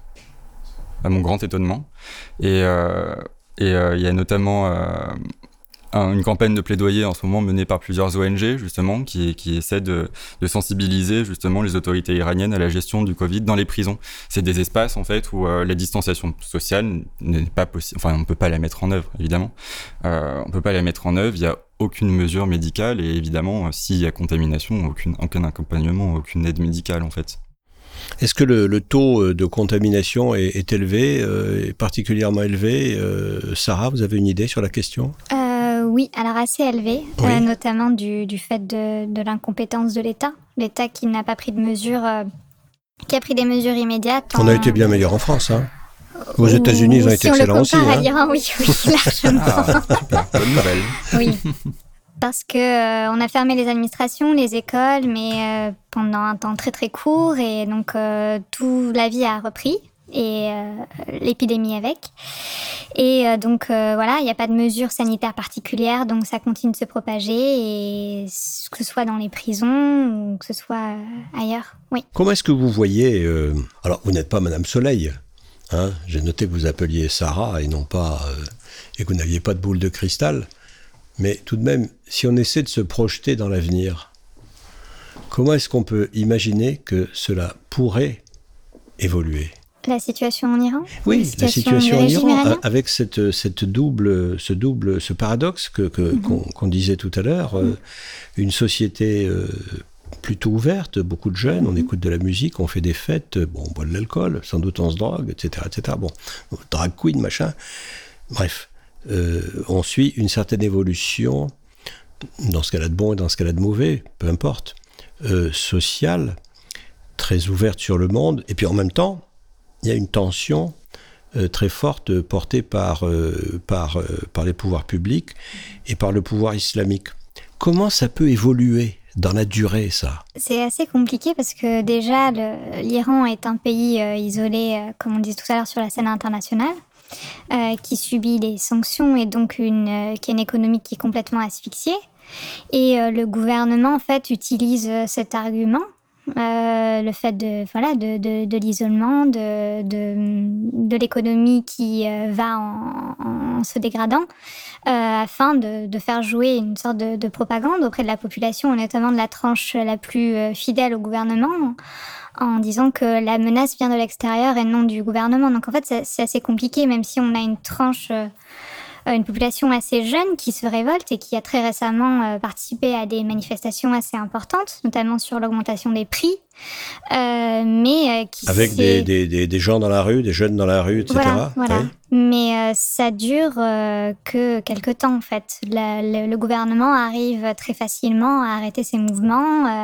à mon grand étonnement. Et euh, et euh, il y a notamment euh, un, une campagne de plaidoyer en ce moment menée par plusieurs O N G justement qui qui essaie de de sensibiliser justement les autorités iraniennes à la gestion du Covid dans les prisons. C'est des espaces en fait où euh, la distanciation sociale n'est pas possible. Enfin, on peut pas la mettre en œuvre évidemment. Euh, on peut pas la mettre en œuvre. Il y a aucune mesure médicale et évidemment s'il y a contamination, aucune aucun accompagnement, aucune aide médicale en fait. Est-ce que le, le taux de contamination est, est élevé, euh, est particulièrement élevé euh, Sarah, vous avez une idée sur la question ? euh, Oui, alors assez élevé, oui. euh, notamment du, du fait de, de l'incompétence de l'État. L'État qui n'a pas pris de mesures, euh, qui a pris des mesures immédiates. On en... a été bien meilleur en France, hein. Aux États-Unis, ils ont si été excellents aussi. Si on le compare hein. à l'Iran, oui, oui, largement. Ah, super, bonne nouvelle. Oui. Parce que euh, on a fermé les administrations, les écoles, mais euh, pendant un temps très très court, et donc euh, toute la vie a repris, et euh, l'épidémie avec. Et euh, donc euh, voilà, il n'y a pas de mesures sanitaires particulières, donc ça continue de se propager, et que ce soit dans les prisons ou que ce soit euh, ailleurs, oui. Comment est-ce que vous voyez... euh, Alors, vous n'êtes pas Madame Soleil, hein. J'ai noté que vous appeliez Sarah et non pas... euh, et que vous n'aviez pas de boule de cristal. Mais tout de même, si on essaie de se projeter dans l'avenir, comment est-ce qu'on peut imaginer que cela pourrait évoluer ? La situation en Iran ? Oui, la situation, la situation en Iran, iranien ? avec cette, cette double, ce double, ce paradoxe que, que, mm-hmm. qu'on, qu'on disait tout à l'heure, mm-hmm. euh, une société euh, plutôt ouverte, beaucoup de jeunes, mm-hmm. on écoute de la musique, on fait des fêtes, bon, on boit de l'alcool, sans doute on se drogue, et cetera, et cetera. Bon, drag queen, machin, bref. Euh, on suit une certaine évolution, dans ce cas-là de bon et dans ce cas-là de mauvais, peu importe, euh, sociale, très ouverte sur le monde, et puis en même temps, il y a une tension euh, très forte portée par, euh, par, euh, par les pouvoirs publics et par le pouvoir islamique. Comment ça peut évoluer dans la durée, ça ? C'est assez compliqué parce que déjà, le, l'Iran est un pays euh, isolé, euh, comme on disait tout à l'heure, sur la scène internationale. Euh, qui subit des sanctions et donc une, euh, qui a une économie qui est complètement asphyxiée. Et euh, le gouvernement, en fait, utilise euh, cet argument, euh, le fait de, voilà, de, de, de l'isolement, de, de, de l'économie qui euh, va en, en se dégradant, euh, afin de, de faire jouer une sorte de, de propagande auprès de la population, notamment de la tranche la plus euh, fidèle au gouvernement, en disant que la menace vient de l'extérieur et non du gouvernement. Donc en fait, c'est, c'est assez compliqué, même si on a une tranche, euh, une population assez jeune qui se révolte et qui a très récemment euh, participé à des manifestations assez importantes, notamment sur l'augmentation des prix. Euh, mais euh, qui Avec des, des, des, des gens dans la rue, des jeunes dans la rue, et cetera. Voilà, voilà. Oui. Mais euh, ça dure euh, que quelques temps, en fait. La, le, le gouvernement arrive très facilement à arrêter ses mouvements, euh,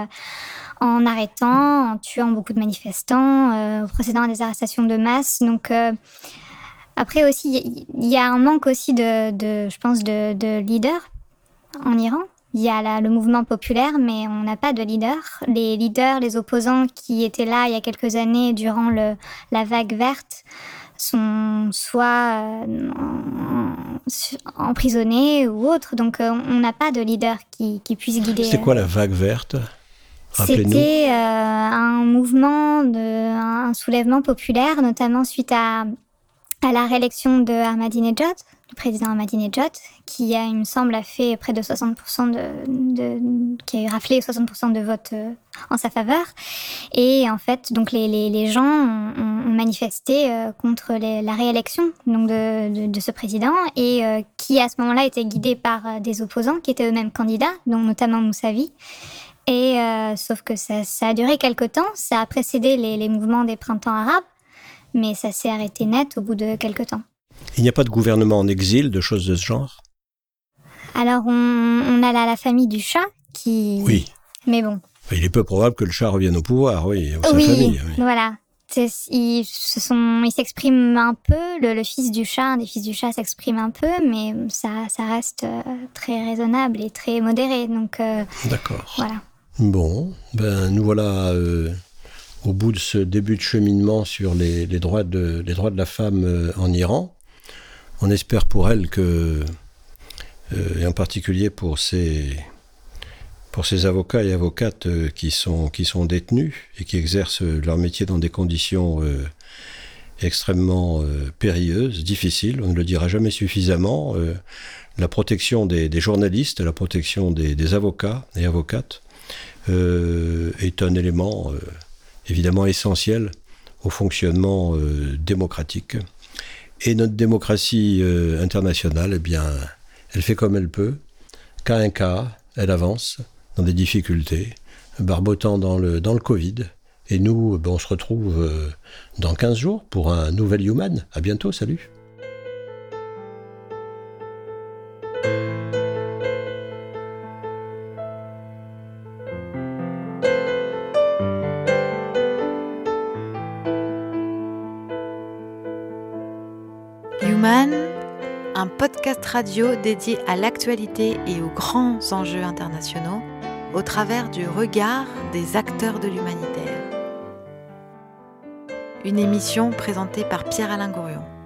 en arrêtant, en tuant beaucoup de manifestants, euh, procédant à des arrestations de masse. Donc, euh, après aussi, il y, y a un manque aussi de, de je pense, de, de leaders en Iran. Il y a la, le mouvement populaire, mais on n'a pas de leader. Les leaders, les opposants qui étaient là il y a quelques années durant le, la vague verte sont soit euh, emprisonnés ou autres. Donc, euh, on n'a pas de leader qui, qui puisse guider. C'était quoi la vague verte ? Rappelez-nous. C'était euh, un mouvement, de, un soulèvement populaire, notamment suite à, à la réélection de Ahmadinejad, le président Ahmadinejad, qui a, il me semble, a fait près de soixante pour cent de, de, qui a raflé soixante pour cent de votes euh, en sa faveur. Et en fait, donc les, les, les gens ont, ont manifesté euh, contre les, la réélection donc de, de, de ce président, et euh, qui à ce moment-là était guidé par euh, des opposants qui étaient eux-mêmes candidats, dont notamment Moussavi. Et euh, sauf que ça, ça a duré quelque temps, ça a précédé les, les mouvements des printemps arabes, mais ça s'est arrêté net au bout de quelque temps. Il n'y a pas de gouvernement en exil, de choses de ce genre ? Alors on, on a la, la famille du Shah qui... Oui. Mais bon. Il est peu probable que le Shah revienne au pouvoir, oui, ou sa oui, famille. Oui, voilà. C'est, ils, se sont, ils s'expriment un peu, le, le fils du Shah, un des fils du Shah s'exprime un peu, mais ça, ça reste euh, très raisonnable et très modéré. Donc, euh, d'accord. Voilà. Bon, ben nous voilà euh, au bout de ce début de cheminement sur les, les, droits, de, les droits de la femme euh, en Iran. On espère pour elle que, euh, et en particulier pour ces, pour ces avocats et avocates euh, qui, sont, qui sont détenus et qui exercent leur métier dans des conditions euh, extrêmement euh, périlleuses, difficiles, on ne le dira jamais suffisamment, euh, la protection des, des journalistes, la protection des, des avocats et avocates, Euh, est un élément euh, évidemment essentiel au fonctionnement euh, démocratique. Et notre démocratie euh, internationale, eh bien, elle fait comme elle peut. Cas un cas, elle avance dans des difficultés, barbotant dans le, dans le Covid. Et nous, ben, on se retrouve euh, dans quinze jours pour un nouvel Human. À bientôt, salut. un podcast radio dédié à l'actualité et aux grands enjeux internationaux au travers du regard des acteurs de l'humanitaire. Une émission présentée par Pierre-Alain Gourion.